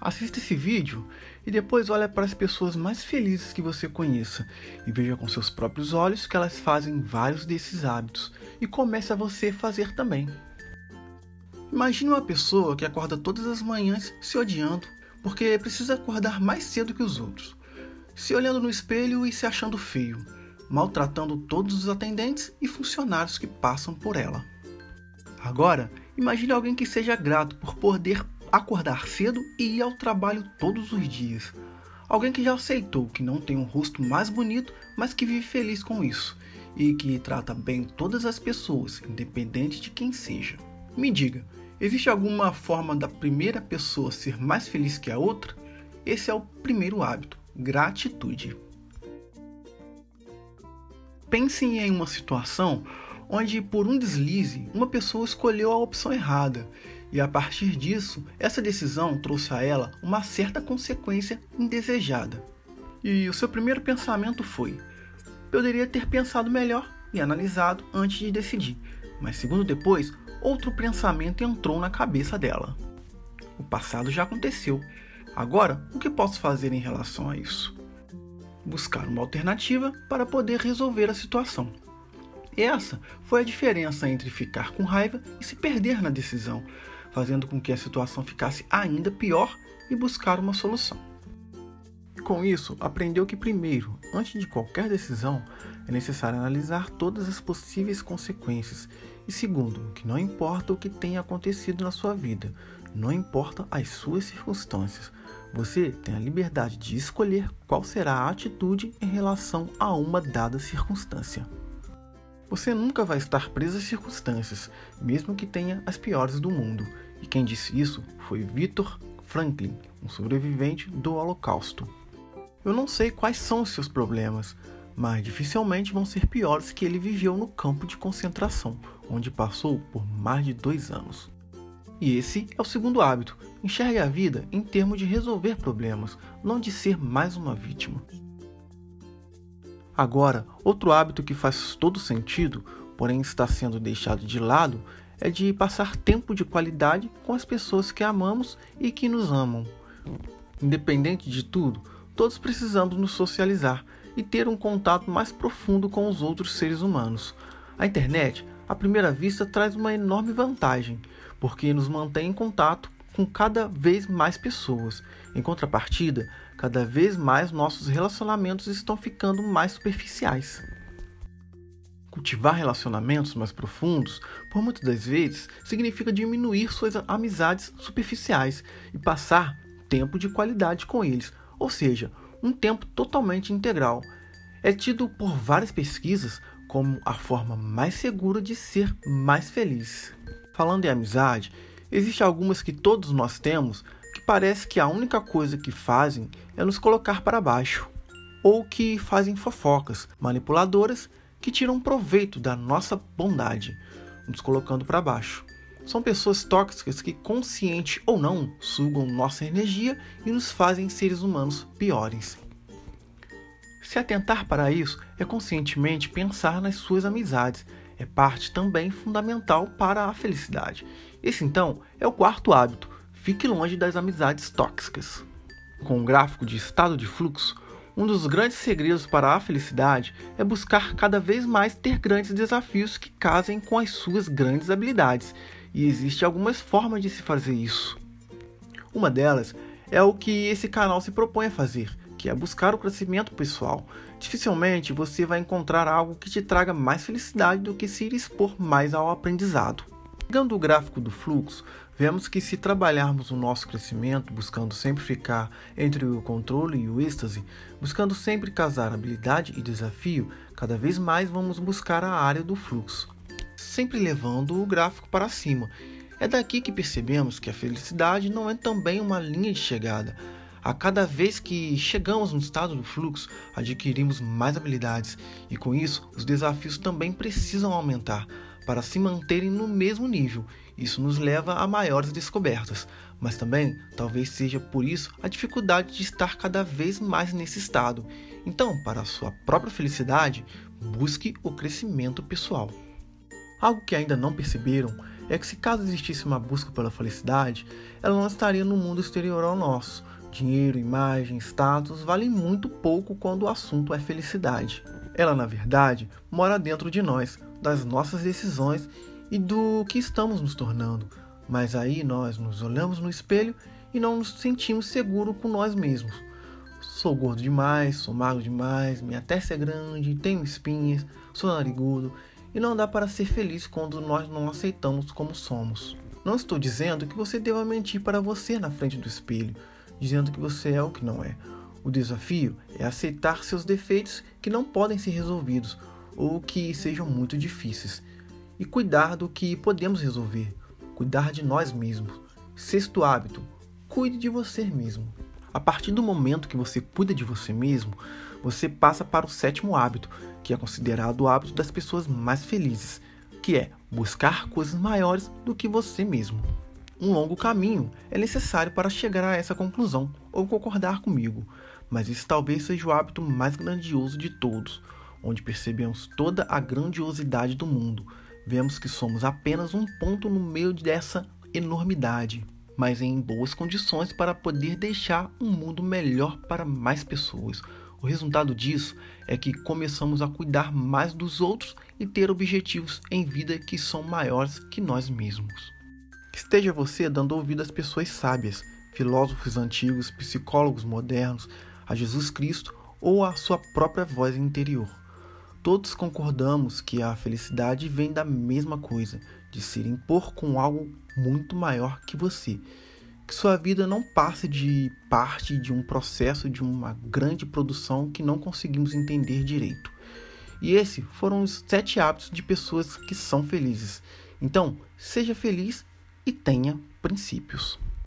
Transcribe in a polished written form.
Assista esse vídeo e depois olhe para as pessoas mais felizes que você conheça e veja com seus próprios olhos que elas fazem vários desses hábitos e comece a você fazer também. Imagine uma pessoa que acorda todas as manhãs se odiando porque precisa acordar mais cedo que os outros, se olhando no espelho e se achando feio, maltratando todos os atendentes e funcionários que passam por ela. Agora, imagine alguém que seja grato por poder acordar cedo e ir ao trabalho todos os dias. Alguém que já aceitou que não tem um rosto mais bonito, mas que vive feliz com isso e que trata bem todas as pessoas, independente de quem seja. Me diga, existe alguma forma da primeira pessoa ser mais feliz que a outra? Esse é o primeiro hábito, gratitude. Pense em uma situação onde, por um deslize, uma pessoa escolheu a opção errada e, a partir disso, essa decisão trouxe a ela uma certa consequência indesejada. E o seu primeiro pensamento foi: poderia ter pensado melhor e analisado antes de decidir, mas segundo depois, outro pensamento entrou na cabeça dela. O passado já aconteceu. Agora, o que posso fazer em relação a isso? Buscar uma alternativa para poder resolver a situação. Essa foi a diferença entre ficar com raiva e se perder na decisão, fazendo com que a situação ficasse ainda pior e buscar uma solução. Com isso, aprendeu que primeiro, antes de qualquer decisão, é necessário analisar todas as possíveis consequências e segundo, que não importa o que tenha acontecido na sua vida, não importa as suas circunstâncias, você tem a liberdade de escolher qual será a atitude em relação a uma dada circunstância. Você nunca vai estar preso às circunstâncias, mesmo que tenha as piores do mundo. E quem disse isso foi Viktor Frankl, um sobrevivente do Holocausto. Eu não sei quais são os seus problemas, mas dificilmente vão ser piores que ele viveu no campo de concentração, onde passou por mais de 2 anos. E esse é o segundo hábito. Enxergue a vida em termos de resolver problemas, não de ser mais uma vítima. Agora, outro hábito que faz todo sentido, porém está sendo deixado de lado, é de passar tempo de qualidade com as pessoas que amamos e que nos amam. Independente de tudo, todos precisamos nos socializar e ter um contato mais profundo com os outros seres humanos. A internet, à primeira vista, traz uma enorme vantagem, porque nos mantém em contato com cada vez mais pessoas. Em contrapartida, cada vez mais nossos relacionamentos estão ficando mais superficiais. Cultivar relacionamentos mais profundos, por muitas das vezes, significa diminuir suas amizades superficiais e passar tempo de qualidade com eles, ou seja, um tempo totalmente integral. É tido por várias pesquisas como a forma mais segura de ser mais feliz. Falando em amizade, existem algumas que todos nós temos que parece que a única coisa que fazem é nos colocar para baixo, ou que fazem fofocas manipuladoras que tiram proveito da nossa bondade, nos colocando para baixo. São pessoas tóxicas que, consciente ou não, sugam nossa energia e nos fazem seres humanos piores. Se atentar para isso é conscientemente pensar nas suas amizades, é parte também fundamental para a felicidade. Esse então é o quarto hábito, fique longe das amizades tóxicas. Com o gráfico de estado de fluxo, um dos grandes segredos para a felicidade é buscar cada vez mais ter grandes desafios que casem com as suas grandes habilidades, e existem algumas formas de se fazer isso. Uma delas é o que esse canal se propõe a fazer, que é buscar o crescimento pessoal. Dificilmente você vai encontrar algo que te traga mais felicidade do que se expor mais ao aprendizado. Pegando o gráfico do fluxo, vemos que se trabalharmos o nosso crescimento, buscando sempre ficar entre o controle e o êxtase, buscando sempre casar habilidade e desafio, cada vez mais vamos buscar a área do fluxo, sempre levando o gráfico para cima. É daqui que percebemos que a felicidade não é também uma linha de chegada. A cada vez que chegamos no estado do fluxo, adquirimos mais habilidades e com isso os desafios também precisam aumentar para se manterem no mesmo nível. Isso nos leva a maiores descobertas, mas também talvez seja por isso a dificuldade de estar cada vez mais nesse estado. Então, para a sua própria felicidade, busque o crescimento pessoal. Algo que ainda não perceberam é que se caso existisse uma busca pela felicidade, ela não estaria no mundo exterior ao nosso. Dinheiro, imagem, status valem muito pouco quando o assunto é felicidade. Ela, na verdade, mora dentro de nós, das nossas decisões e do que estamos nos tornando. Mas aí nós nos olhamos no espelho e não nos sentimos seguros com nós mesmos. Sou gordo demais, sou magro demais, minha testa é grande, tenho espinhas, sou narigudo, e não dá para ser feliz quando nós não aceitamos como somos. Não estou dizendo que você deva mentir para você na frente do espelho, dizendo que você é o que não é. O desafio é aceitar seus defeitos que não podem ser resolvidos ou que sejam muito difíceis, e cuidar do que podemos resolver, cuidar de nós mesmos. Sexto hábito, cuide de você mesmo. A partir do momento que você cuida de você mesmo, você passa para o sétimo hábito, que é considerado o hábito das pessoas mais felizes, que é buscar coisas maiores do que você mesmo. Um longo caminho é necessário para chegar a essa conclusão, ou concordar comigo, mas esse talvez seja o hábito mais grandioso de todos, onde percebemos toda a grandiosidade do mundo. Vemos que somos apenas um ponto no meio dessa enormidade, mas em boas condições para poder deixar um mundo melhor para mais pessoas. O resultado disso é que começamos a cuidar mais dos outros e ter objetivos em vida que são maiores que nós mesmos. Esteja você dando ouvido às pessoas sábias, filósofos antigos, psicólogos modernos, a Jesus Cristo ou à sua própria voz interior. Todos concordamos que a felicidade vem da mesma coisa, de se impor com algo muito maior que você. Que sua vida não passe de parte de um processo de uma grande produção que não conseguimos entender direito. E esses foram os 7 hábitos de pessoas que são felizes. Então, seja feliz e tenha princípios.